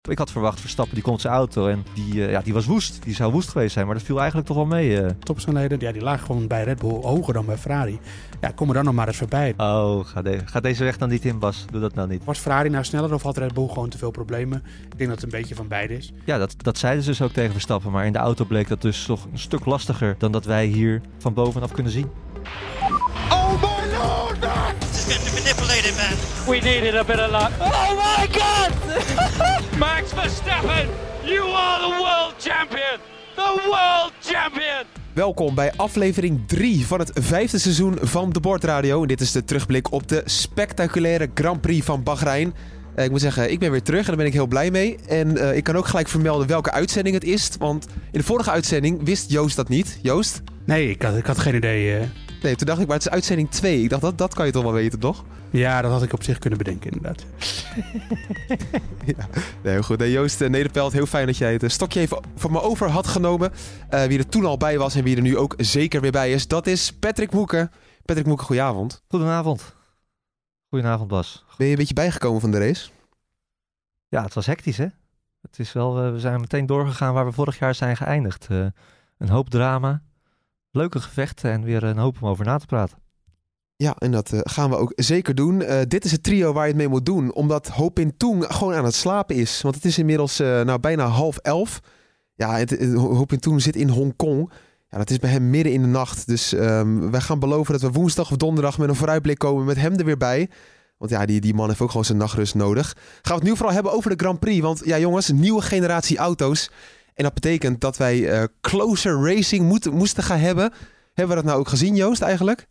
Ik had verwacht, Verstappen die komt zijn auto en die was woest. Die zou woest geweest zijn, maar dat viel eigenlijk toch wel mee. Topsnelheden, die lagen gewoon bij Red Bull hoger dan bij Ferrari. Ja, kom er dan nog maar eens voorbij. Oh, ga deze weg dan niet in, Bas. Doe dat nou niet. Was Ferrari nou sneller of had Red Bull gewoon te veel problemen? Ik denk dat het een beetje van beide is. Ja, dat zeiden ze dus ook tegen Verstappen. Maar in de auto bleek dat dus toch een stuk lastiger dan dat wij hier van bovenaf kunnen zien. Oh my lord! This is getting manipulated, man. We needed a bit of luck. Oh my god! Max Verstappen, you are the world champion! The world champion! Welkom bij aflevering 3 van het 5e seizoen van de Bordradio. En dit is de terugblik op de spectaculaire Grand Prix van Bahrein. Ik moet zeggen, ik ben weer terug en daar ben ik heel blij mee. En ik kan ook gelijk vermelden welke uitzending het is. Want in de vorige uitzending wist Joost dat niet. Joost? Nee, ik had geen idee. Nee, toen dacht ik, maar het is uitzending 2. Ik dacht, dat kan je toch wel weten, toch? Ja, dat had ik op zich kunnen bedenken, inderdaad. Ja, nee, heel goed. Nee, Joost Nederpelt, heel fijn dat jij het stokje even van me over had genomen. Wie er toen al bij was en wie er nu ook zeker weer bij is, dat is Patrick Moeke. Patrick Moeke, goedenavond. Goedenavond, Bas. Ben je een beetje bijgekomen van de race? Ja, het was hectisch, hè? Het is wel, we zijn meteen doorgegaan waar we vorig jaar zijn geëindigd. Een hoop drama, leuke gevechten en weer een hoop om over na te praten. Ja, en dat gaan we ook zeker doen. Dit is het trio waar je het mee moet doen, omdat Ho Pin Toeng gewoon aan het slapen is. Want het is inmiddels bijna 10:30. Ja, Ho Pin Toeng zit in Hongkong. Ja, dat is bij hem midden in de nacht. Dus wij gaan beloven dat we woensdag of donderdag met een vooruitblik komen met hem er weer bij. Want ja, die man heeft ook gewoon zijn nachtrust nodig. Gaan we het nu vooral hebben over de Grand Prix. Want ja jongens, nieuwe generatie auto's. En dat betekent dat wij closer racing moesten gaan hebben. Hebben we dat nou ook gezien, Joost, eigenlijk?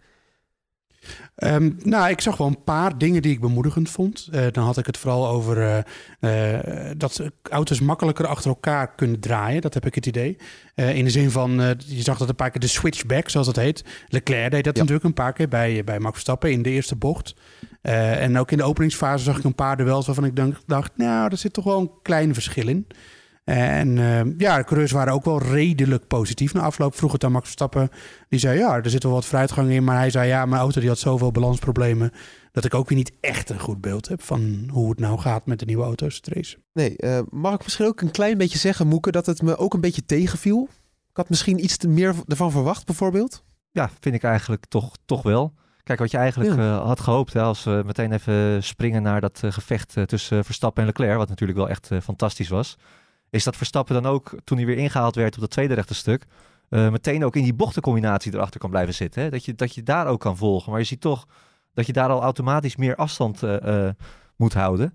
Ik zag wel een paar dingen die ik bemoedigend vond. Dan had ik het vooral over dat auto's makkelijker achter elkaar kunnen draaien. Dat heb ik het idee. In de zin van, je zag dat een paar keer de switchback, zoals dat heet. Leclerc deed dat natuurlijk een paar keer bij Max Verstappen in de eerste bocht. En ook in de openingsfase zag ik een paar duels waarvan ik dacht, nou, er zit toch wel een klein verschil in. En de coureurs waren ook wel redelijk positief na afloop. Vroeg het aan Max Verstappen. Die zei, ja, er zit wel wat vooruitgang in. Maar hij zei, ja, mijn auto die had zoveel balansproblemen dat ik ook weer niet echt een goed beeld heb van hoe het nou gaat met de nieuwe auto's te racen. Nee, mag ik misschien ook een klein beetje zeggen, Moeke, dat het me ook een beetje tegenviel? Ik had misschien iets meer ervan verwacht, bijvoorbeeld. Ja, vind ik eigenlijk toch wel. Kijk, wat je eigenlijk had gehoopt, hè, als we meteen even springen naar dat gevecht tussen Verstappen en Leclerc, wat natuurlijk wel echt fantastisch was, is dat Verstappen dan ook, toen hij weer ingehaald werd op het tweede rechte stuk, meteen ook in die bochtencombinatie erachter kan blijven zitten. Hè? Dat je daar ook kan volgen. Maar je ziet toch dat je daar al automatisch meer afstand moet houden.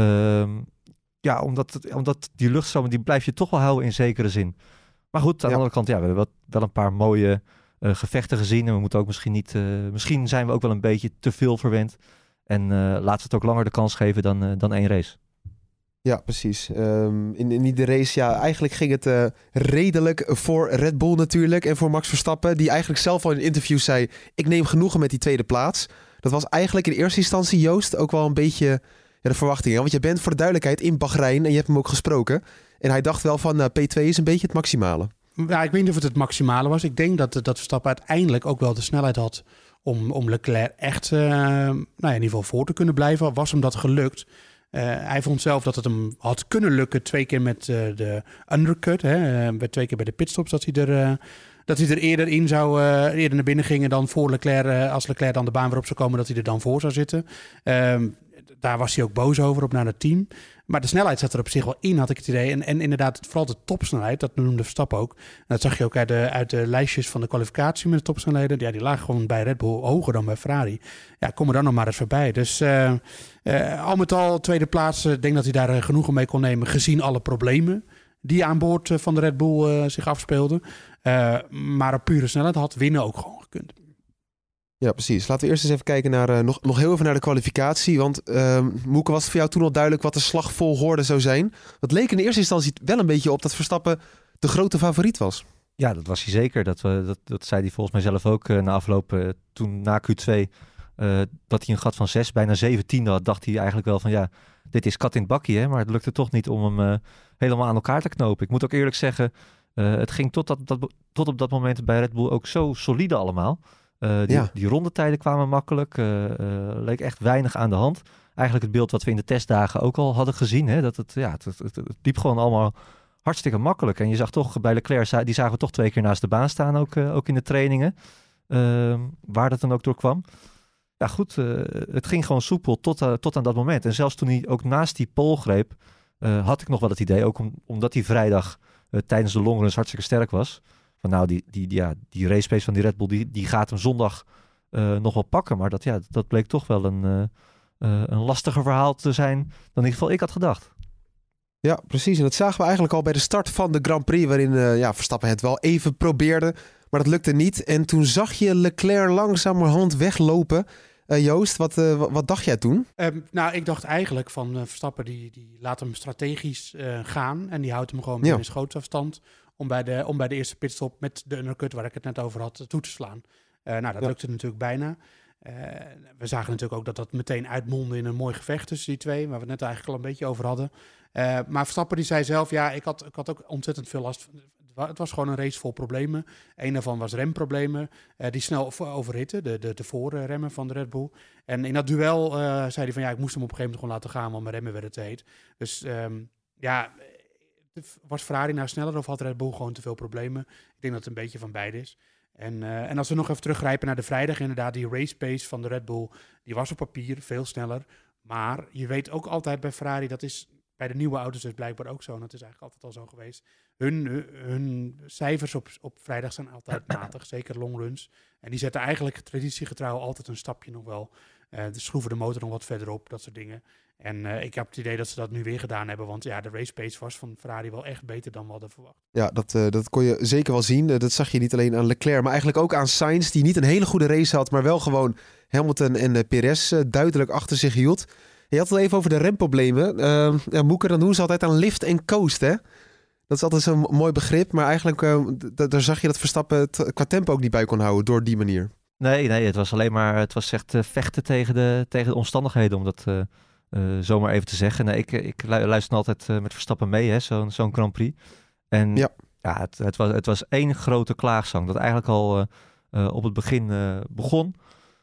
Omdat die luchtstromen, die blijf je toch wel houden in zekere zin. Maar goed, aan de andere kant, ja, we hebben wel een paar mooie gevechten gezien. En we moeten ook misschien zijn we ook wel een beetje te veel verwend. En laten we het ook langer de kans geven dan één race. Ja, precies. In die race, ja, eigenlijk ging het redelijk voor Red Bull natuurlijk en voor Max Verstappen, die eigenlijk zelf al in interviews zei, ik neem genoegen met die tweede plaats. Dat was eigenlijk in eerste instantie, Joost, ook wel een beetje de verwachting. Hè? Want je bent voor de duidelijkheid in Bahrein en je hebt hem ook gesproken. En hij dacht wel van P2 is een beetje het maximale. Ja, ik weet niet of het maximale was. Ik denk dat Verstappen uiteindelijk ook wel de snelheid had om Leclerc echt in ieder geval voor te kunnen blijven. Was hem dat gelukt? Hij vond zelf dat het hem had kunnen lukken 2 keer met de undercut. Bij 2 keer bij de pitstops dat hij er eerder in zou, eerder naar binnen ging en dan voor Leclerc, als Leclerc dan de baan weer op zou komen, dat hij er dan voor zou zitten. Daar was hij ook boos over op naar het team. Maar de snelheid zat er op zich wel in, had ik het idee. En inderdaad, vooral de topsnelheid, dat noemde Verstappen ook. En dat zag je ook uit de lijstjes van de kwalificatie met de topsnelheden. Ja, die lagen gewoon bij Red Bull hoger dan bij Ferrari. Ja, kom er dan nog maar eens voorbij. Dus al met al, tweede plaats. Ik denk dat hij daar genoegen mee kon nemen, gezien alle problemen die aan boord van de Red Bull zich afspeelden. Maar op pure snelheid had winnen ook gewoon gekund. Ja, precies. Laten we eerst eens even kijken naar nog heel even naar de kwalificatie. Want Moeke, was het voor jou toen al duidelijk wat de slagvolgorde zou zijn? Dat leek in de eerste instantie wel een beetje op dat Verstappen de grote favoriet was. Ja, dat was hij zeker. Dat zei hij volgens mij zelf ook na afloop. Toen na Q2 dat hij een gat van 6, bijna 17 had, dacht hij eigenlijk wel van ja, dit is kat in het bakkie. Hè? Maar het lukte toch niet om hem helemaal aan elkaar te knopen. Ik moet ook eerlijk zeggen, het ging tot op dat moment bij Red Bull ook zo solide allemaal. Die rondetijden kwamen makkelijk. Leek echt weinig aan de hand. eigenlijk het beeld wat we in de testdagen ook al hadden gezien. Hè? Dat het liep gewoon allemaal hartstikke makkelijk. En je zag toch bij Leclerc, die zagen we toch 2 keer naast de baan staan, ook in de trainingen. Waar dat dan ook door kwam. Ja goed, het ging gewoon soepel tot aan dat moment. En zelfs toen hij ook naast die pole greep, had ik nog wel het idee, ook omdat hij vrijdag tijdens de longruns hartstikke sterk was. Van nou, die race pace van die Red Bull, die gaat hem zondag nog wel pakken. Maar dat bleek toch wel een lastiger verhaal te zijn dan in ieder geval ik had gedacht. Ja, precies. En dat zagen we eigenlijk al bij de start van de Grand Prix, waarin Verstappen het wel even probeerde, maar dat lukte niet. En toen zag je Leclerc langzamerhand weglopen. Joost, wat dacht jij toen? Ik dacht eigenlijk van Verstappen, die laat hem strategisch gaan en die houdt hem gewoon binnen schootsafstand om bij de eerste pitstop met de undercut, waar ik het net over had, toe te slaan. Dat lukte natuurlijk bijna. We zagen natuurlijk ook dat meteen uitmondde in een mooi gevecht tussen die twee, waar we het net eigenlijk al een beetje over hadden. Maar Verstappen die zei zelf, ik had ook ontzettend veel last van. Het was gewoon een race vol problemen. Een daarvan was remproblemen die snel overhitten, de voorremmen van de Red Bull. En in dat duel zei hij van ik moest hem op een gegeven moment gewoon laten gaan, want mijn remmen werden te heet. Dus was Ferrari nou sneller of had Red Bull gewoon te veel problemen? Ik denk dat het een beetje van beide is. En als we nog even teruggrijpen naar de vrijdag, inderdaad, die race pace van de Red Bull, die was op papier veel sneller. Maar je weet ook altijd bij Ferrari, dat is bij de nieuwe auto's dus blijkbaar ook zo. En dat is eigenlijk altijd al zo geweest. Hun cijfers op vrijdag zijn altijd matig, zeker longruns. En die zetten eigenlijk traditiegetrouw altijd een stapje nog wel. Schroeven de motor nog wat verder op, dat soort dingen. En ik heb het idee dat ze dat nu weer gedaan hebben. Want de race pace was van Ferrari wel echt beter dan we hadden verwacht. Ja, dat kon je zeker wel zien. Dat zag je niet alleen aan Leclerc, maar eigenlijk ook aan Sainz, die niet een hele goede race had, maar wel gewoon Hamilton en Perez duidelijk achter zich hield. Je had het al even over de remproblemen. Moeke, dan doen ze altijd aan lift en coast, hè? Dat is altijd zo'n mooi begrip, maar eigenlijk daar zag je dat Verstappen het qua tempo ook niet bij kon houden door die manier. Nee, het was alleen maar, het was echt vechten tegen de omstandigheden, om dat zomaar even te zeggen. Nee, ik luister altijd met Verstappen mee, hè, zo'n Grand Prix. En het was één grote klaagzang, dat eigenlijk al op het begin begon.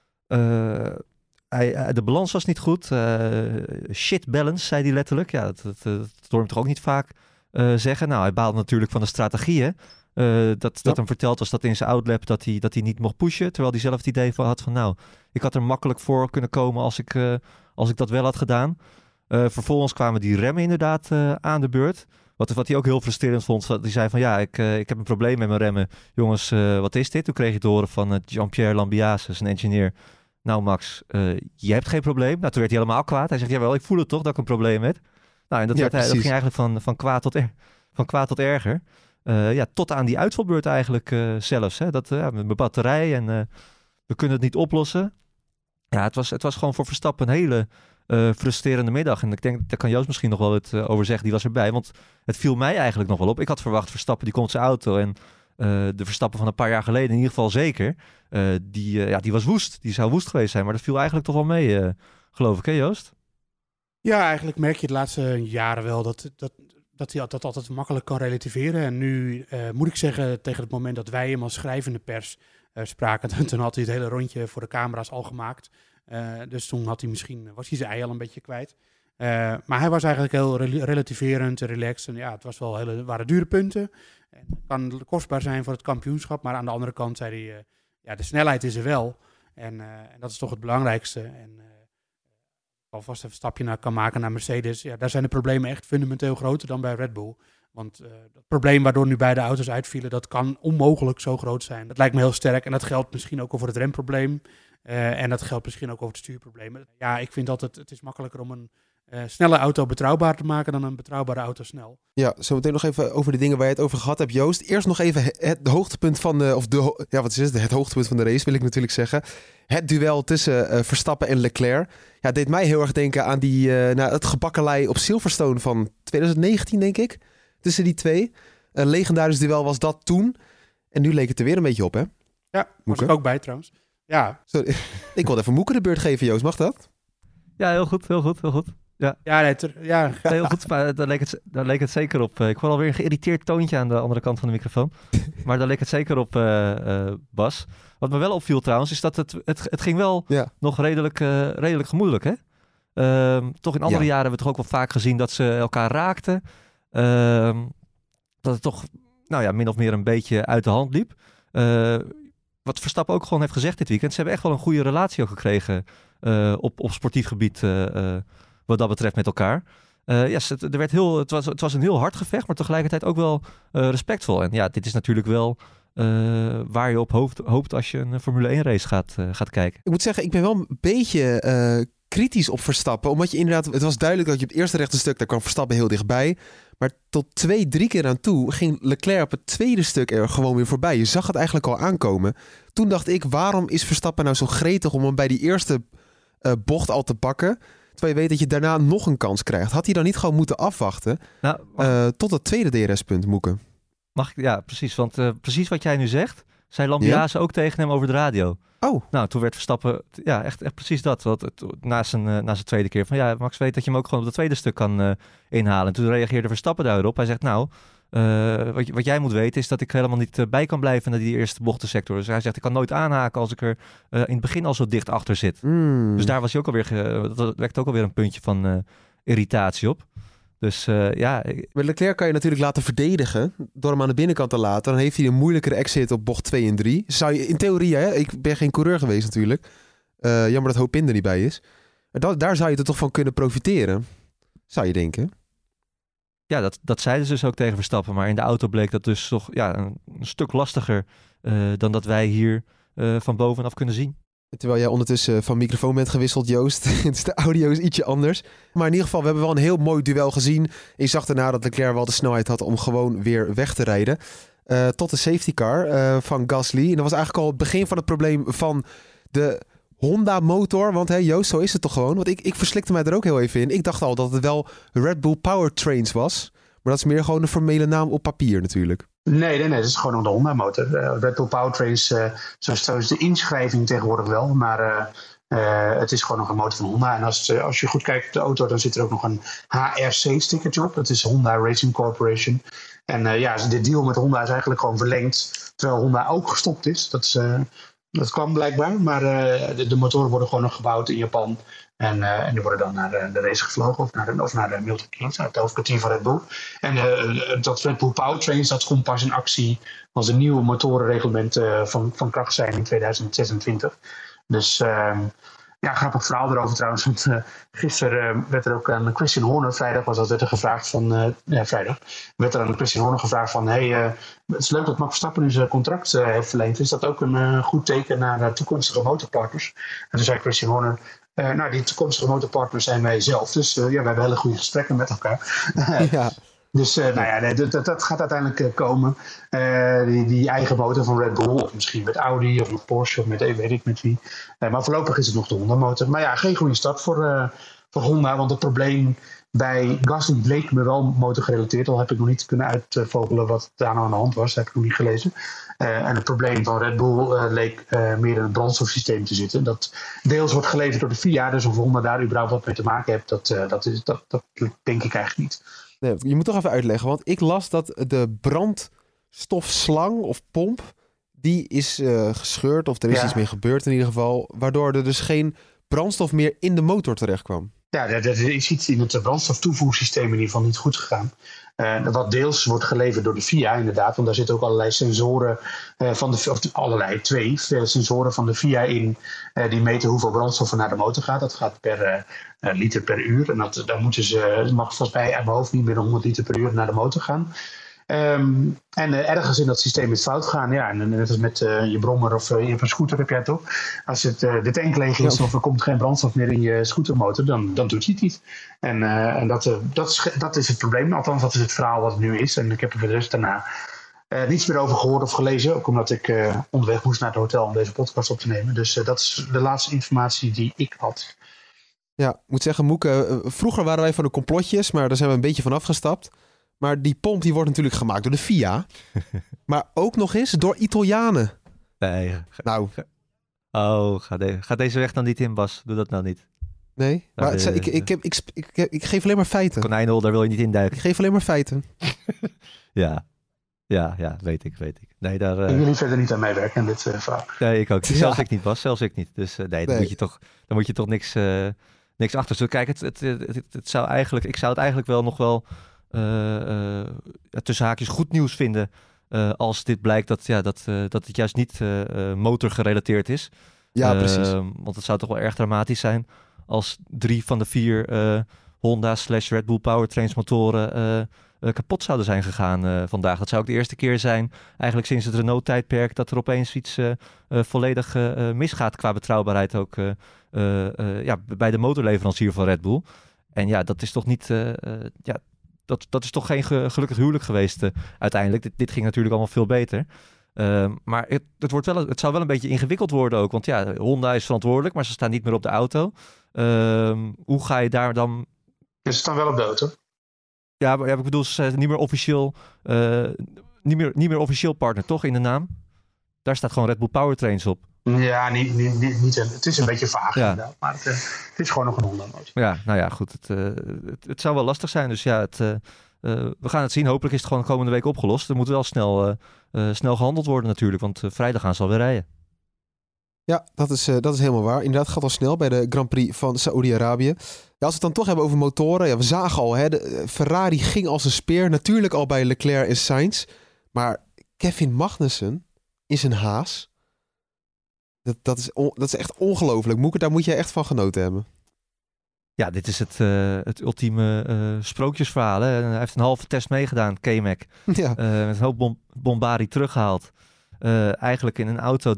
De balans was niet goed. Shit balance, zei hij letterlijk. Ja, dat hoor hem toch ook niet vaak zeggen. Nou, hij baalde natuurlijk van de strategieën. Dat hem verteld was dat in zijn outlap dat hij niet mocht pushen. Terwijl hij zelf het idee had van ik had er makkelijk voor kunnen komen als ik dat wel had gedaan. Vervolgens kwamen die remmen inderdaad aan de beurt. Wat hij ook heel frustrerend vond. Die zei van ik heb een probleem met mijn remmen. Jongens, wat is dit? Toen kreeg je te horen van Jean-Pierre Lambiase, zijn engineer. Nou Max, je hebt geen probleem. Nou, toen werd hij helemaal kwaad. Hij zegt, jawel, ik voel het toch dat ik een probleem heb. Nou, en dat ging eigenlijk van kwaad tot erger. Tot aan die uitvalbeurt eigenlijk zelfs. Hè? Mijn batterij en we kunnen het niet oplossen. Ja, het was gewoon voor Verstappen een hele frustrerende middag. En ik denk, daar kan Joost misschien nog wel het over zeggen. Die was erbij, want het viel mij eigenlijk nog wel op. Ik had verwacht, Verstappen die komt zijn auto en de Verstappen van een paar jaar geleden in ieder geval zeker. Die was woest. Die zou woest geweest zijn. Maar dat viel eigenlijk toch wel mee, geloof ik, hè Joost? Ja, eigenlijk merk je de laatste jaren wel dat hij dat altijd makkelijk kan relativeren. En nu moet ik zeggen, tegen het moment dat wij hem als schrijvende pers spraken, toen had hij het hele rondje voor de camera's al gemaakt. Dus toen was hij zijn ei al een beetje kwijt. Maar hij was eigenlijk heel relativerend, relaxed. En het waren dure punten. En het kan kostbaar zijn voor het kampioenschap. Maar aan de andere kant zei hij, de snelheid is er wel. En dat is toch het belangrijkste. En alvast even een stapje kan maken naar Mercedes. Ja, daar zijn de problemen echt fundamenteel groter dan bij Red Bull. Want het probleem waardoor nu beide auto's uitvielen, dat kan onmogelijk zo groot zijn. Dat lijkt me heel sterk. En dat geldt misschien ook over het remprobleem. En dat geldt misschien ook over het stuurprobleem. Ja, ik vind altijd, het is makkelijker om een snelle auto betrouwbaar te maken dan een betrouwbare auto snel. Ja, zometeen nog even over de dingen waar je het over gehad hebt, Joost. Eerst nog even het hoogtepunt van het hoogtepunt van de race, wil ik natuurlijk zeggen. Het duel tussen Verstappen en Leclerc. Ja, deed mij heel erg denken aan het gebakkelei op Silverstone van 2019, denk ik. Tussen die twee. Een legendarisch duel was dat toen. En nu leek het er weer een beetje op, hè? Ja, was ik ook bij trouwens. Ja. Sorry. Ik wilde even Moeke de beurt geven, Joost. Mag dat? Ja, heel goed. Ja, heel goed, maar daar leek het zeker op. Ik hoor alweer een geïrriteerd toontje aan de andere kant van de microfoon. Maar daar leek het zeker op, Bas. Wat me wel opviel trouwens, is dat het ging wel nog redelijk gemoedelijk, hè? Toch in andere jaren hebben we toch ook wel vaak gezien dat ze elkaar raakten. Dat het toch min of meer een beetje uit de hand liep. Wat Verstappen ook gewoon heeft gezegd dit weekend. Ze hebben echt wel een goede relatie ook gekregen op sportief gebied wat dat betreft met elkaar. Het was een heel hard gevecht, maar tegelijkertijd ook wel respectvol. En ja, dit is natuurlijk wel waar je op hoopt als je een Formule 1 race gaat kijken. Ik moet zeggen, ik ben wel een beetje kritisch op Verstappen. Omdat je inderdaad, het was duidelijk dat je op het eerste rechte stuk, daar kwam Verstappen heel dichtbij. Maar tot 2-3 keer aan toe ging Leclerc op het tweede stuk er gewoon weer voorbij. Je zag het eigenlijk al aankomen. Toen dacht ik, waarom is Verstappen nou zo gretig om hem bij die eerste bocht al te pakken? Terwijl je weet dat je daarna nog een kans krijgt. Had hij dan niet gewoon moeten afwachten tot het tweede DRS-punt, Moeke? Ja, precies. Want precies wat jij nu zegt, zei Lambiase ook tegen hem over de radio. Oh. Nou, toen werd Verstappen, echt precies dat. Want na zijn tweede keer van, Max weet dat je hem ook gewoon op het tweede stuk kan inhalen. En toen reageerde Verstappen daarop. Hij zegt, wat jij moet weten is dat ik helemaal niet bij kan blijven naar die eerste bochtensector. Dus hij zegt, ik kan nooit aanhaken als ik er in het begin al zo dicht achter zit. Dus daar was hij ook alweer, dat wekte ook alweer een puntje van irritatie op. Dus Met Leclerc kan je natuurlijk laten verdedigen door hem aan de binnenkant te laten. Dan heeft hij een moeilijkere exit op bocht 2 en 3. Zou je in theorie, ik ben geen coureur geweest natuurlijk. Jammer dat Hopin er niet bij is. Daar zou je er toch van kunnen profiteren, zou je denken. Ja, dat zeiden ze dus ook tegen Verstappen. Maar in de auto bleek dat dus toch een stuk lastiger dan dat wij hier van bovenaf kunnen zien. Terwijl jij ondertussen van microfoon bent gewisseld, Joost. Dus de audio is ietsje anders. Maar in ieder geval, we hebben wel een heel mooi duel gezien. En je zag daarna dat Leclerc wel de snelheid had om gewoon weer weg te rijden. Tot de safety car van Gasly. En dat was eigenlijk al het begin van het probleem van de Honda-motor. Want Joost, zo is het toch gewoon? Want ik verslikte mij er ook heel even in. Ik dacht al dat het wel Red Bull Powertrains was. Maar dat is meer gewoon een formele naam op papier natuurlijk. Nee, dat is gewoon nog de Honda-motor. Red Bull Powertrains, zo is de inschrijving tegenwoordig wel. Maar het is gewoon nog een motor van Honda. En als je goed kijkt op de auto, dan zit er ook nog een HRC-stickertje op. Dat is Honda Racing Corporation. En de deal met Honda is eigenlijk gewoon verlengd. Terwijl Honda ook gestopt is. Dat kwam blijkbaar. Maar de motoren worden gewoon nog gebouwd in Japan. En die worden dan naar de race gevlogen of naar de Milton Keynes, het hoofdkwartier van Red Bull. En dat Red Bull Powertrains, dat komt pas in actie als een nieuwe motorenreglement van kracht zijn in 2026. Dus grappig verhaal erover trouwens. Want gisteren werd er ook aan Christian Horner, vrijdag werd er gevraagd van... vrijdag werd er aan Christian Horner gevraagd van... het is leuk dat Max Verstappen nu zijn contract heeft verlengd. Is dat ook een goed teken naar toekomstige motorpartners? En toen zei Christian Horner... die toekomstige motorpartners zijn wij zelf. Dus we hebben hele goede gesprekken met elkaar. Ja. Dus dat gaat uiteindelijk komen. Die eigen motor van Red Bull. Of misschien met Audi of met Porsche of met weet ik met wie. Maar voorlopig is het nog de Honda motor. Maar geen goede start voor Honda. Want het probleem bij Gasly bleek me wel motorgerelateerd. Al heb ik nog niet kunnen uitvogelen wat daar nou aan de hand was. Dat heb ik nog niet gelezen. En het probleem van Red Bull leek meer in het brandstofsysteem te zitten. Dat deels wordt geleverd door de FIA. Dus of Honda daar überhaupt wat mee te maken heeft, dat denk ik eigenlijk niet. Nee, je moet toch even uitleggen. Want ik las dat de brandstofslang of pomp, die is gescheurd. Of er is iets mee gebeurd in ieder geval. Waardoor er dus geen brandstof meer in de motor terecht kwam. Ja, er is iets in het brandstoftoevoersysteem in ieder geval niet goed gegaan. Wat deels wordt geleverd door de FIA inderdaad. Want daar zitten ook allerlei sensoren twee sensoren van de FIA in. Die meten hoeveel brandstof er naar de motor gaat. Dat gaat per liter per uur. En daar moeten het mag volgens mij uit mijn hoofd niet meer dan 100 liter per uur naar de motor gaan. Ergens in dat systeem is fout gaan. Ja, en net als met je brommer of je hebt een scooter, heb jij toch? Als de tank leeg is of er komt geen brandstof meer in je scootermotor, dan doet hij het niet. En dat is het probleem. Althans, dat is het verhaal wat het nu is. En ik heb er voor de rest daarna niets meer over gehoord of gelezen. Ook omdat ik onderweg moest naar het hotel om deze podcast op te nemen. Dus dat is de laatste informatie die ik had. Ja, ik moet zeggen, Moeke, vroeger waren wij van de complotjes, maar daar zijn we een beetje van afgestapt. Maar die pomp die wordt natuurlijk gemaakt door de FIA. Maar ook nog eens door Italianen. Nee. Nou. Ga deze weg dan niet in, Bas. Doe dat nou niet. Nee, maar ik geef alleen maar feiten. Konijnenhol, daar wil je niet induiken. Ik geef alleen maar feiten. Ja, weet ik. Nee, daar... Ik wil niet verder niet aan meewerken in dit verhaal. Nee, ik ook. Zelfs ik niet, Bas. Zelfs ik niet. Dus dan moet je toch niks achter. Dus kijk, het zou eigenlijk, ik zou het eigenlijk wel nog wel tussen haakjes goed nieuws vinden als dit blijkt dat het juist niet motorgerelateerd is. Ja, precies. Want het zou toch wel erg dramatisch zijn als 3 van de 4 Honda/Red Bull Powertrains motoren kapot zouden zijn gegaan vandaag. Dat zou ook de eerste keer zijn, eigenlijk sinds het Renault-tijdperk, dat er opeens iets volledig misgaat qua betrouwbaarheid ook bij de motorleverancier van Red Bull. En ja, dat is toch niet... dat is toch geen gelukkig huwelijk geweest uiteindelijk. Dit ging natuurlijk allemaal veel beter. Maar het zou wel een beetje ingewikkeld worden ook. Want ja, Honda is verantwoordelijk, maar ze staan niet meer op de auto. Hoe ga je daar dan... Ja, ze staan wel op de auto. Ja, maar ik bedoel, ze zijn niet meer officieel partner, toch, in de naam? Daar staat gewoon Red Bull Powertrains op. Ja, niet. Het is een beetje vaag inderdaad. Maar het is gewoon nog een Honda-motor. Ja, nou ja, goed. Het zou wel lastig zijn. Dus ja, we gaan het zien. Hopelijk is het gewoon de komende week opgelost. Er moet wel snel gehandeld worden natuurlijk. Want vrijdag gaan ze alweer rijden. Ja, dat is helemaal waar. Inderdaad, het gaat al snel bij de Grand Prix van Saoedi-Arabië. Ja, als we het dan toch hebben over motoren. Ja, we zagen al, de Ferrari ging als een speer. Natuurlijk al bij Leclerc en Sainz. Maar Kevin Magnussen is een haas. Dat is echt ongelooflijk. Moeke, daar moet je echt van genoten hebben. Ja, dit is het ultieme sprookjesverhaal. Hè? Hij heeft een halve test meegedaan, K-Mac. Ja. Met een hoop bombardie teruggehaald. Eigenlijk in een auto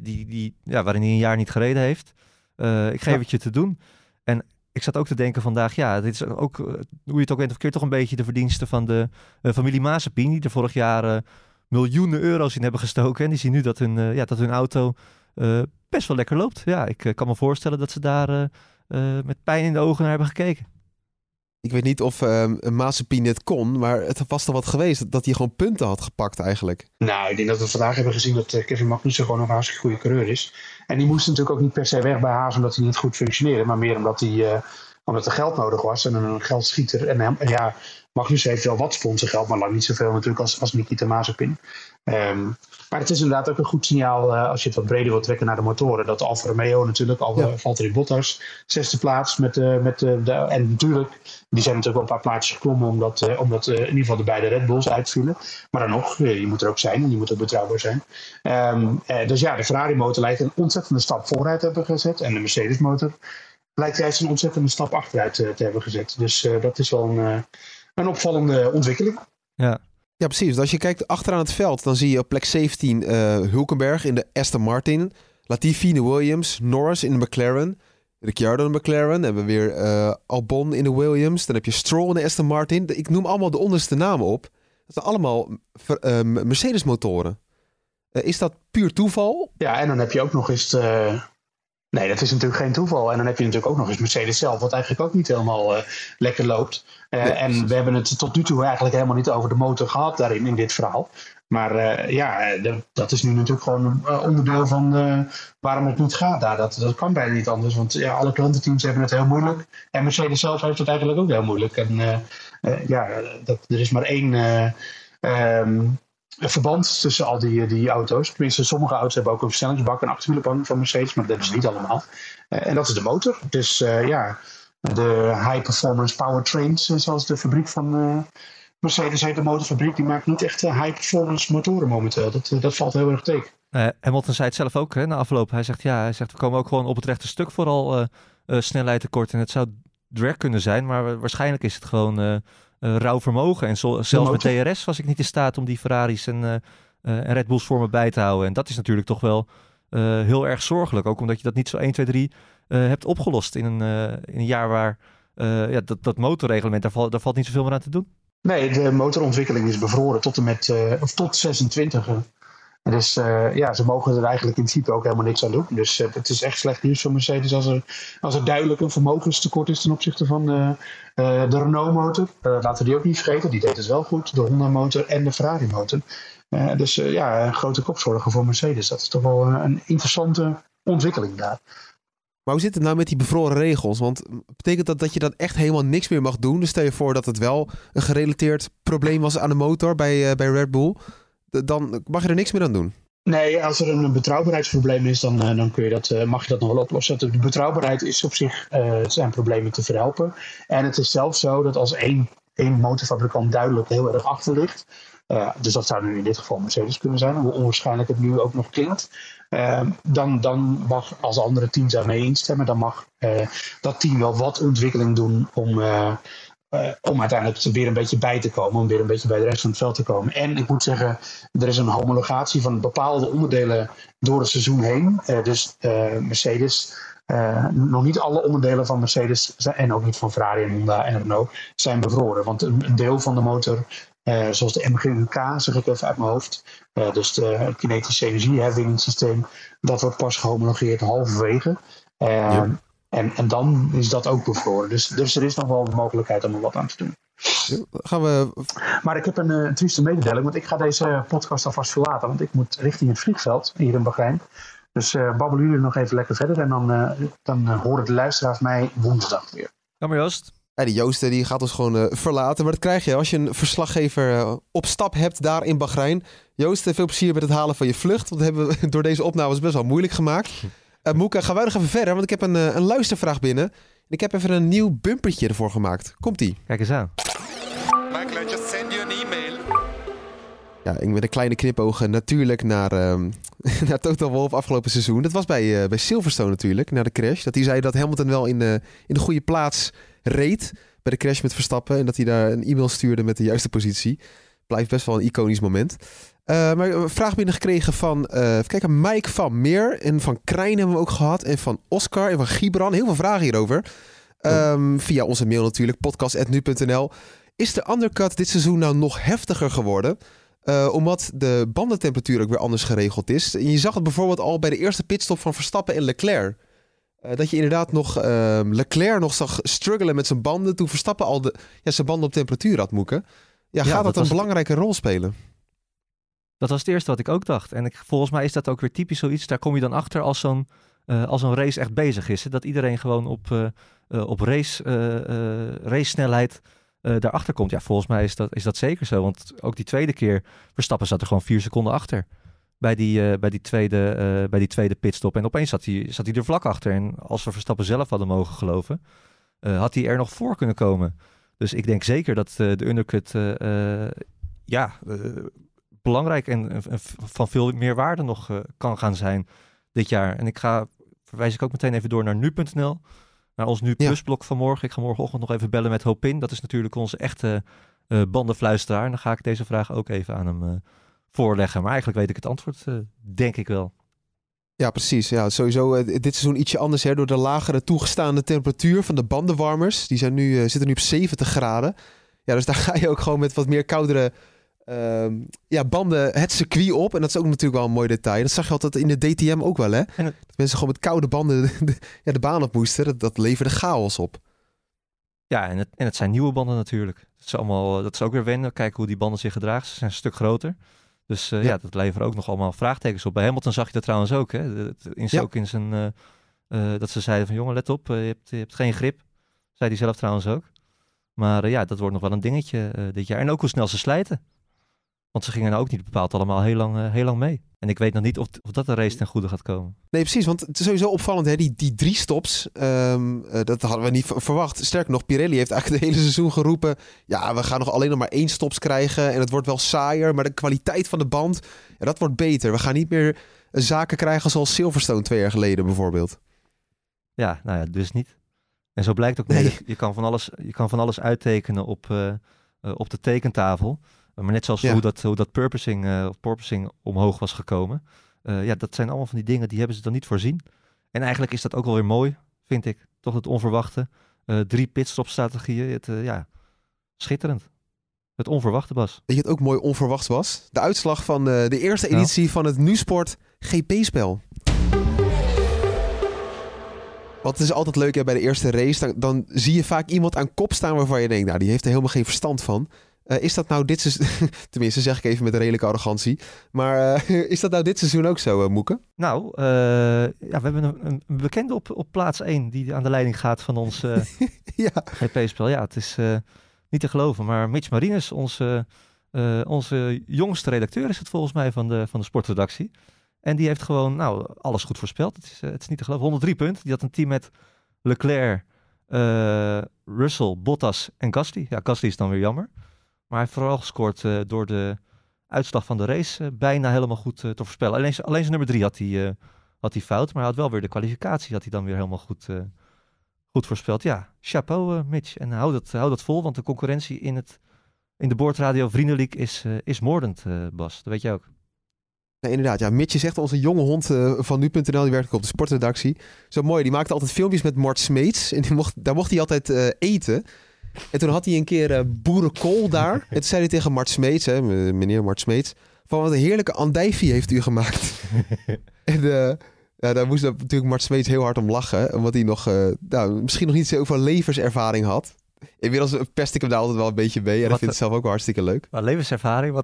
waarin hij een jaar niet gereden heeft. Ik geef het je te doen. En ik zat ook te denken vandaag, ja, dit is ook, hoe je het ook weet of keer, toch een beetje de verdiensten van de familie Mazepin, die er vorig jaar miljoenen euro's in hebben gestoken. En die zien nu dat hun auto best wel lekker loopt. Ja, ik kan me voorstellen dat ze daar met pijn in de ogen naar hebben gekeken. Ik weet niet of Mazepin het kon, maar het was er wat geweest dat hij gewoon punten had gepakt eigenlijk. Nou, ik denk dat we vandaag hebben gezien dat Kevin Magnussen gewoon nog een hartstikke goede coureur is. En die moest natuurlijk ook niet per se weg bij Haas omdat hij niet goed functioneerde, maar meer omdat er geld nodig was en een geldschieter. En ja, Magnussen heeft wel wat sponsorgeld, maar lang niet zoveel natuurlijk als Nikita Mazepin. Maar het is inderdaad ook een goed signaal als je het wat breder wilt trekken naar de motoren. Dat Alfa Romeo natuurlijk, Valtteri Bottas, 6e plaats. En natuurlijk, die zijn natuurlijk wel een paar plaatjes geklommen omdat in ieder geval de beide Red Bulls uitvielen. Maar dan nog, je moet er ook zijn en je moet ook betrouwbaar zijn. Dus ja, de Ferrari motor lijkt een ontzettende stap vooruit te hebben gezet. En de Mercedes motor lijkt juist een ontzettende stap achteruit te hebben gezet. Dus dat is wel een opvallende ontwikkeling. Ja, precies. Dus als je kijkt achteraan het veld, dan zie je op plek 17 Hülkenberg in de Aston Martin. Latifi in de Williams. Norris in de McLaren. Ricciardo in de McLaren. Dan hebben we weer Albon in de Williams. Dan heb je Stroll in de Aston Martin. Ik noem allemaal de onderste namen op. Dat zijn allemaal Mercedes motoren. Is dat puur toeval? Ja, en dan heb je ook nog eens... Nee, dat is natuurlijk geen toeval. En dan heb je natuurlijk ook nog eens Mercedes zelf, wat eigenlijk ook niet helemaal lekker loopt. En we hebben het tot nu toe eigenlijk helemaal niet over de motor gehad daarin, in dit verhaal. Maar dat is nu natuurlijk gewoon een onderdeel van waarom het niet gaat daar. Dat kan bijna niet anders, want alle klantenteams hebben het heel moeilijk. En Mercedes zelf heeft het eigenlijk ook heel moeilijk. En er is maar één... verband tussen al die auto's. Tenminste, sommige auto's hebben ook een versnellingsbak en achterwielbak van Mercedes, maar dat hebben ze niet allemaal. En dat is de motor. Dus de high performance powertrains, zoals de fabriek van Mercedes heet, de motorfabriek, die maakt niet echt high performance motoren momenteel. Dat valt heel erg tegen. Hamilton zei het zelf ook na afloop. Hij zegt we komen ook gewoon op het rechte stuk vooral snelheid tekort. En het zou drag kunnen zijn, maar waarschijnlijk is het gewoon... rauw vermogen. En zelfs met DRS was ik niet in staat om die Ferraris en Red Bulls voor me bij te houden. En dat is natuurlijk toch wel heel erg zorgelijk. Ook omdat je dat niet zo 1, 2, 3 hebt opgelost in een jaar waar dat motorreglement, daar valt niet zoveel meer aan te doen. Nee, de motorontwikkeling is bevroren tot 26. Dus ze mogen er eigenlijk in principe ook helemaal niks aan doen. Dus het is echt slecht nieuws voor Mercedes als er duidelijk een vermogenstekort is ten opzichte van de Renault-motor. Laten we die ook niet vergeten, die deed het wel goed. De Honda-motor en de Ferrari-motor. Een grote kopzorgen voor Mercedes. Dat is toch wel een interessante ontwikkeling daar. Maar hoe zit het nou met die bevroren regels? Want betekent dat je dan echt helemaal niks meer mag doen? Dus stel je voor dat het wel een gerelateerd probleem was aan de motor bij Red Bull... Dan mag je er niks meer aan doen. Nee, als er een betrouwbaarheidsprobleem is, dan kun je mag je dat nog wel oplossen. De betrouwbaarheid is op zich zijn problemen te verhelpen. En het is zelfs zo dat als één motorfabrikant duidelijk heel erg achter ligt, dus dat zou nu in dit geval Mercedes kunnen zijn, hoe onwaarschijnlijk het nu ook nog klinkt, dan mag, als andere teams daarmee instemmen, dan mag dat team wel wat ontwikkeling doen om uiteindelijk weer een beetje bij te komen, om weer een beetje bij de rest van het veld te komen. En ik moet zeggen, er is een homologatie van bepaalde onderdelen door het seizoen heen. Dus Mercedes, nog niet alle onderdelen van Mercedes en ook niet van Ferrari en Honda en Renault zijn bevroren. Want een deel van de motor, zoals de MGUK, zeg ik even uit mijn hoofd, dus het kinetische energieherinningssysteem, dat wordt pas gehomologeerd halverwege. En dan is dat ook bevroren. Dus er is nog wel de mogelijkheid om er wat aan te doen. Maar ik heb een trieste mededeling, want ik ga deze podcast alvast verlaten. Want ik moet richting het vliegveld hier in Bahrein. Dus babbelen jullie nog even lekker verder. En dan horen de luisteraars mij woensdag weer. Jammer, Joost. Ja, die Joost die gaat ons gewoon verlaten. Maar dat krijg je als je een verslaggever op stap hebt daar in Bahrein. Joost, veel plezier met het halen van je vlucht. Want dat hebben we door deze opnames best wel moeilijk gemaakt. Moeka, gaan wij nog even verder? Want ik heb een luistervraag binnen. En ik heb even een nieuw bumpertje ervoor gemaakt. Komt-ie. Kijk eens aan. Michael, I just send you an email. Ja, ik met een kleine knipoog natuurlijk naar Toto Wolff afgelopen seizoen. Dat was bij Silverstone natuurlijk, na de crash. Dat hij zei dat Hamilton wel in de goede plaats reed bij de crash met Verstappen. En dat hij daar een e-mail stuurde met de juiste positie. Blijft best wel een iconisch moment. Maar een vraag binnengekregen van Mike van Meer en van Krijn hebben we ook gehad. En van Oscar en van Gibran. Heel veel vragen hierover. Via onze mail natuurlijk, podcast@nu.nl. Is de undercut dit seizoen nou nog heftiger geworden? Omdat de bandentemperatuur ook weer anders geregeld is. En je zag het bijvoorbeeld al bij de eerste pitstop van Verstappen en Leclerc. Dat je inderdaad nog Leclerc nog zag struggelen met zijn banden toen Verstappen al zijn banden op temperatuur had, Moeke. Ja, gaat dat een belangrijke rol spelen? Dat was het eerste wat ik ook dacht. En volgens mij is dat ook weer typisch zoiets. Daar kom je dan achter als zo'n race echt bezig is. Hè? Dat iedereen gewoon op race snelheid daarachter komt. Ja, volgens mij is dat zeker zo. Want ook die tweede keer, Verstappen zat er gewoon 4 seconden achter. Bij die tweede pitstop. En opeens zat hij er vlak achter. En als we Verstappen zelf hadden mogen geloven, had hij er nog voor kunnen komen. Dus ik denk zeker dat de undercut belangrijk en van veel meer waarde nog kan gaan zijn dit jaar. En verwijs ik ook meteen even door naar nu.nl. Naar ons Nu Plus-blok van morgen. Ik ga morgenochtend nog even bellen met Hopin. Dat is natuurlijk onze echte bandenfluisteraar. En dan ga ik deze vraag ook even aan hem voorleggen. Maar eigenlijk weet ik het antwoord, denk ik wel. Ja, precies. Ja, sowieso dit seizoen ietsje anders door de lagere toegestaande temperatuur van de bandenwarmers. Die zitten nu op 70 graden. Ja, dus daar ga je ook gewoon met wat meer koudere banden het circuit op. En dat is ook natuurlijk wel een mooi detail. Dat zag je altijd in de DTM ook wel, hè? Dat mensen gewoon met koude banden de baan op moesten. Dat leverde chaos op. Ja, en het zijn nieuwe banden natuurlijk. Dat is ook weer wennen. Kijken hoe die banden zich gedragen. Ze zijn een stuk groter. Dus dat levert ook nog allemaal vraagtekens op. Bij Hamilton zag je dat trouwens ook. Hè? Ook in zijn dat ze zeiden van jongen, let op, je hebt geen grip. Zei hij zelf trouwens ook. Maar dat wordt nog wel een dingetje dit jaar. En ook hoe snel ze slijten. Want ze gingen nou ook niet bepaald allemaal heel lang mee. En ik weet nog niet of dat de race ten goede gaat komen. Nee, precies. Want het is sowieso opvallend, hè? Die 3 stops. Dat hadden we niet verwacht. Sterker nog, Pirelli heeft eigenlijk het hele seizoen geroepen, ja, we gaan nog alleen nog maar 1 stops krijgen. En het wordt wel saaier, maar de kwaliteit van de band, dat wordt beter. We gaan niet meer zaken krijgen zoals Silverstone 2 jaar geleden bijvoorbeeld. Ja, nou ja, dus niet. En zo blijkt ook, je kan van alles uittekenen op de tekentafel. Maar net zoals hoe dat porpoising omhoog was gekomen. Dat zijn allemaal van die dingen die hebben ze dan niet voorzien. En eigenlijk is dat ook wel weer mooi, vind ik. Toch het onverwachte. 3 pitstop-strategieën. Schitterend. Het onverwachte, Bas. Weet je het ook mooi onverwacht was? De uitslag van de eerste editie van het NuSport GP-spel. Want het is altijd leuk bij de eerste race. Dan zie je vaak iemand aan kop staan waarvan je denkt, nou, die heeft er helemaal geen verstand van. Is dat nou dit seizoen, tenminste zeg ik even met een redelijke arrogantie, maar is dat nou dit seizoen ook zo, Moeke? Nou, we hebben een bekende op plaats 1 die aan de leiding gaat van ons GP-spel. Ja, het is niet te geloven, maar Mitch Marinus, onze Onze jongste redacteur is het volgens mij van de sportredactie. En die heeft gewoon alles goed voorspeld. Het is niet te geloven. 103 punten. Die had een team met Leclerc, Russell, Bottas en Gasly. Ja, Gasly is dan weer jammer. Maar hij heeft vooral gescoord door de uitslag van de race bijna helemaal goed te voorspellen. Alleen zijn nummer 3 had hij fout. Maar hij had wel weer de kwalificatie. Had hij dan weer helemaal goed voorspeld. Ja, chapeau Mitch. En hou dat vol. Want de concurrentie in de Boordradio Vriendenleague is moordend, Bas. Dat weet je ook. Nee, inderdaad. Ja, Mitch is echt onze jonge hond van nu.nl. Die werkt ook op de sportredactie. Zo mooi. Die maakte altijd filmpjes met Mart Smeets. En daar mocht hij altijd eten. En toen had hij een keer boerenkool daar. En toen zei hij tegen Mart Smeets, meneer Mart Smeets, van wat een heerlijke andijvie heeft u gemaakt. En daar moest natuurlijk Mart Smeets heel hard om lachen. Omdat hij misschien nog niet zoveel levenservaring had. Inmiddels pest ik hem daar altijd wel een beetje mee. En dat vindt het zelf ook wel hartstikke leuk. Maar levenservaring,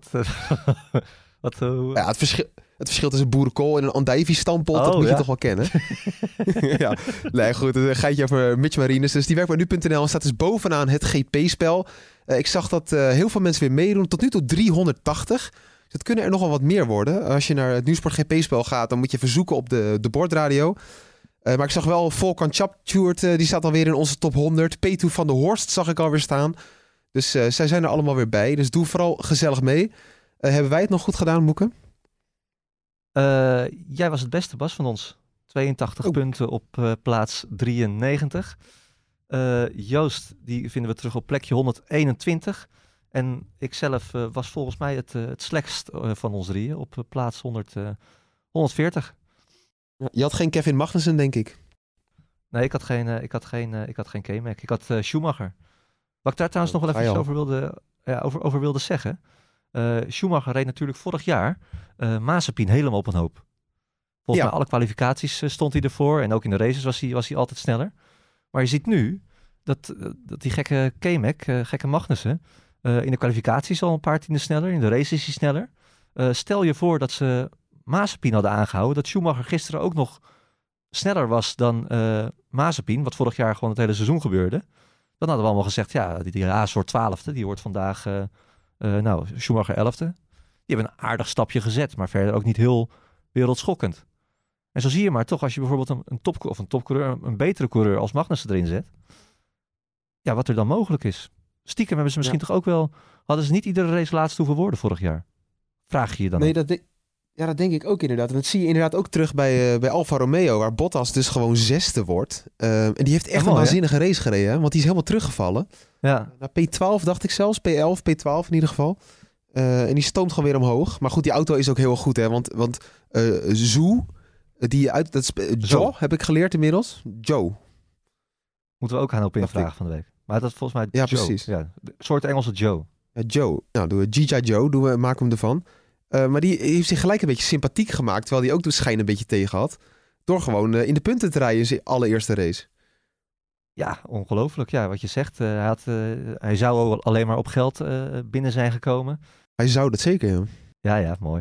Ja, het verschil tussen boerenkool en een andijvie-stampot, dat moet je toch wel kennen. Ja, nee, goed. Een geitje over Mitch Marines. Dus die werkt bij nu.nl en staat dus bovenaan het GP-spel. Ik zag dat heel veel mensen weer meedoen. Tot nu toe 380. Dus het kunnen er nogal wat meer worden. Als je naar het Nieuwsport GP-spel gaat, dan moet je verzoeken op de bordradio. Maar ik zag wel Volkan Chaptjoert, die staat alweer in onze top 100. Petu van der Horst zag ik alweer staan. Dus zij zijn er allemaal weer bij. Dus doe vooral gezellig mee. Hebben wij het nog goed gedaan, Moeke? Jij was het beste, Bas, van ons. 82 punten op plaats 93. Joost, die vinden we terug op plekje 121. En ikzelf was volgens mij het slechtst van ons drieën op plaats 140. Je had geen Kevin Magnussen, denk ik. Nee, ik had geen K-Mac. Ik had Schumacher. Wat ik daar trouwens nog wel even over wilde zeggen. Schumacher reed natuurlijk vorig jaar Mazepin helemaal op een hoop. Volgens mij alle kwalificaties stond hij ervoor. En ook in de races was hij altijd sneller. Maar je ziet nu dat die gekke K-Mac, gekke Magnussen, in de kwalificaties al een paar tienden sneller. In de races is hij sneller. Stel je voor dat ze Mazepin hadden aangehouden. Dat Schumacher gisteren ook nog sneller was dan Mazepin. Wat vorig jaar gewoon het hele seizoen gebeurde. Dan hadden we allemaal gezegd, ja, die Haas wordt 12e. Die wordt vandaag, Schumacher 11e. Die hebben een aardig stapje gezet. Maar verder ook niet heel wereldschokkend. En zo zie je maar toch, als je bijvoorbeeld een topcoureur, een betere coureur als Magnussen erin zet. Ja, wat er dan mogelijk is. Stiekem hebben ze misschien toch ook wel, hadden ze niet iedere race laatst hoeven worden vorig jaar? Vraag je je dan? Nee, dat denk ik ook inderdaad. En dat zie je inderdaad ook terug bij Alfa Romeo, waar Bottas dus gewoon 6e wordt. En die heeft echt een waanzinnige race gereden, hè? Want die is helemaal teruggevallen. Ja. Naar P12 dacht ik zelfs, P11, P12 in ieder geval. En die stoomt gewoon weer omhoog. Maar goed, die auto is ook heel goed, hè? Want Zhou, Joe heb ik geleerd inmiddels. Joe. Moeten we ook aan op invragen van de week. Maar dat is volgens mij ja, Joe. Precies. Ja, een soort Engelse Joe. Ja, Joe. Nou, doen we G.I. Joe, maken we hem ervan. Maar die heeft zich gelijk een beetje sympathiek gemaakt, terwijl hij ook de schijn een beetje tegen had. Door gewoon in de punten te rijden in zijn allereerste race. Ja, ongelooflijk. Ja, wat je zegt. Hij zou alleen maar op geld binnen zijn gekomen. Hij zou dat zeker, ja. Ja, mooi.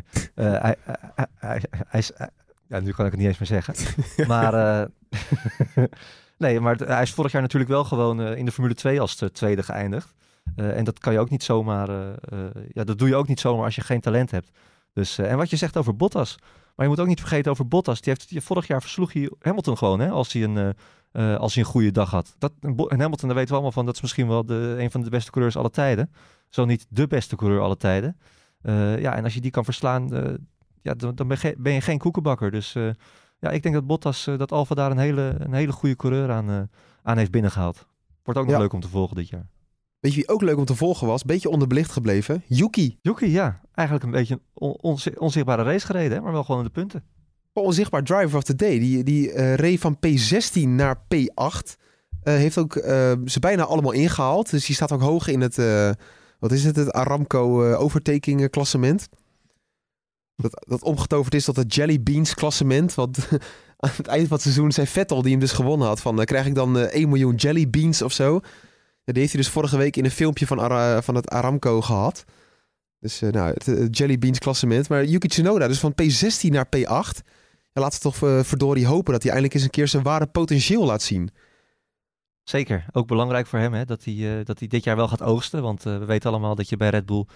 Ja, nu kan ik het niet eens meer zeggen. Maar nee, maar hij is vorig jaar natuurlijk wel gewoon in de Formule 2 als tweede geëindigd. En dat kan je ook niet zomaar. Dat doe je ook niet zomaar als je geen talent hebt. Dus, en wat je zegt over Bottas. Maar je moet ook niet vergeten over Bottas. Vorig jaar versloeg hij Hamilton gewoon, hè, als hij een goede dag had. En Hamilton, daar weten we allemaal van. Dat is misschien wel een van de beste coureurs aller tijden. Zo niet de beste coureur aller tijden. En als je die kan verslaan, dan ben je geen koekenbakker. Dus ik denk dat Bottas, dat Alfa daar een hele goede coureur aan heeft binnengehaald. Wordt ook nog leuk om te volgen dit jaar. Weet je wie ook leuk om te volgen was? Beetje onderbelicht gebleven. Yuki. Yuki, ja. Eigenlijk een beetje een onzichtbare race gereden, hè? Maar wel gewoon in de punten. Onzichtbaar driver of the day. Die reed van P16 naar P8. Heeft ook ze bijna allemaal ingehaald. Dus die staat ook hoog in het... Het Aramco overtaking klassement. Dat omgetoverd is tot het Jelly Beans klassement. Want aan het eind van het seizoen zei Vettel, die hem dus gewonnen had, van krijg ik dan 1 miljoen Jelly Beans of zo. Die heeft hij dus vorige week in een filmpje van het Aramco gehad. Dus het Jelly Beans klassement. Maar Yuki Tsunoda, dus van P16 naar P8. Ja, laten we toch verdorie hopen dat hij eindelijk eens een keer zijn ware potentieel laat zien. Zeker. Ook belangrijk voor hem, hè, dat hij dit jaar wel gaat oogsten. Want we weten allemaal dat je bij Red Bull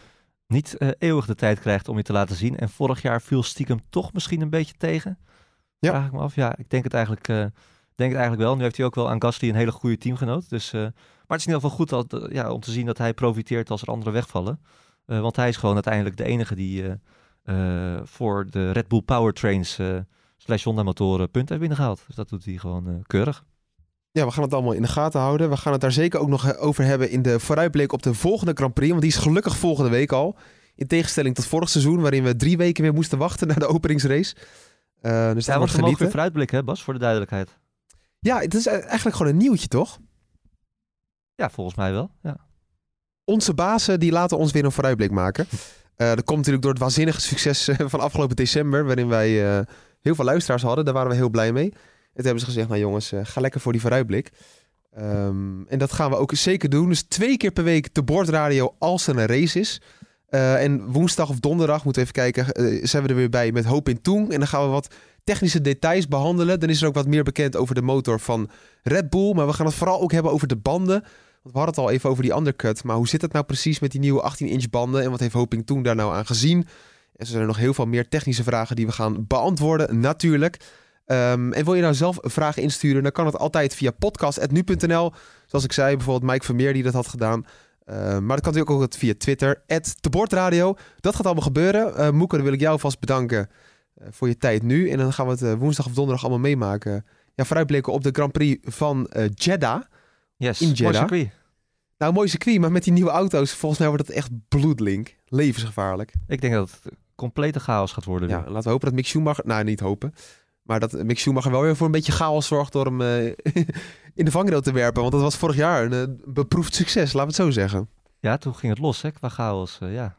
niet eeuwig de tijd krijgt om je te laten zien. En vorig jaar viel stiekem toch misschien een beetje tegen. Ja. Vraag ik me af. Ja, ik denk het eigenlijk wel. Nu heeft hij ook wel aan Gasly een hele goede teamgenoot. Dus, maar het is in ieder geval goed om te zien dat hij profiteert als er anderen wegvallen. Want hij is gewoon uiteindelijk de enige die voor de Red Bull Powertrains / Honda motoren punten heeft binnengehaald. Dus dat doet hij gewoon keurig. Ja, we gaan het allemaal in de gaten houden. We gaan het daar zeker ook nog over hebben in de vooruitblik op de volgende Grand Prix. Want die is gelukkig volgende week al. In tegenstelling tot vorig seizoen, waarin we 3 weken weer moesten wachten naar de openingsrace. Dus dat wordt we mogen genieten. weer vooruitblikken, hè Bas, voor de duidelijkheid. Ja, het is eigenlijk gewoon een nieuwtje, toch? Ja, volgens mij wel. Ja. Onze bazen die laten ons weer een vooruitblik maken. Dat komt natuurlijk door het waanzinnige succes van afgelopen december, waarin wij heel veel luisteraars hadden. Daar waren we heel blij mee. En toen hebben ze gezegd, nou jongens, ga lekker voor die vooruitblik. En dat gaan we ook zeker doen. Dus 2 keer per week de boordradio als er een race is. En woensdag of donderdag, moeten we even kijken, zijn we er weer bij met Hoop in Toen. En dan gaan we wat technische details behandelen. Dan is er ook wat meer bekend over de motor van Red Bull. Maar we gaan het vooral ook hebben over de banden. Want we hadden het al even over die undercut. Maar hoe zit het nou precies met die nieuwe 18-inch banden? En wat heeft Hoop in Toen daar nou aan gezien? En zo zijn er nog heel veel meer technische vragen die we gaan beantwoorden, natuurlijk. En wil je nou zelf vragen insturen, dan kan het altijd via podcast@nu.nl. Zoals ik zei, bijvoorbeeld Mike Vermeer die dat had gedaan. Maar dat kan natuurlijk ook via Twitter, @debordradio. Dat gaat allemaal gebeuren. Moeke, dan wil ik jou vast bedanken voor je tijd nu. En dan gaan we het woensdag of donderdag allemaal meemaken. Ja, vooruitblikken op de Grand Prix van Jeddah. Yes, in Jeddah. mooi circuit. Nou, mooi circuit, maar met die nieuwe auto's, volgens mij wordt het echt bloedlink. Levensgevaarlijk. Ik denk dat het complete chaos gaat worden. Ja, weer. laten we hopen dat Mick Schumacher... Nou, niet hopen. Maar dat Mick Schumacher wel weer voor een beetje chaos zorgt door hem in de vangrail te werpen. Want dat was vorig jaar een beproefd succes, laten we het zo zeggen. Ja, toen ging het los, hè, qua chaos.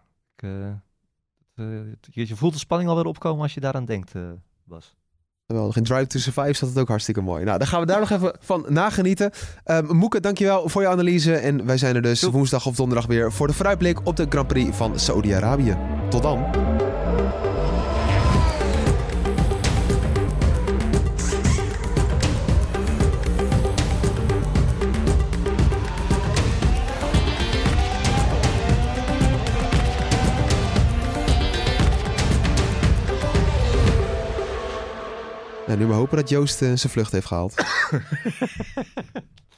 Je voelt de spanning alweer opkomen als je daaraan denkt, Bas. Geweldig. In Drive to Survive zat het ook hartstikke mooi. Nou, dan gaan we daar nog even van nagenieten. Moeke, dankjewel voor je analyse. En wij zijn er dus woensdag of donderdag weer voor de vooruitblik op de Grand Prix van Saudi-Arabië. Tot dan. Nu maar hopen dat Joost zijn vlucht heeft gehaald.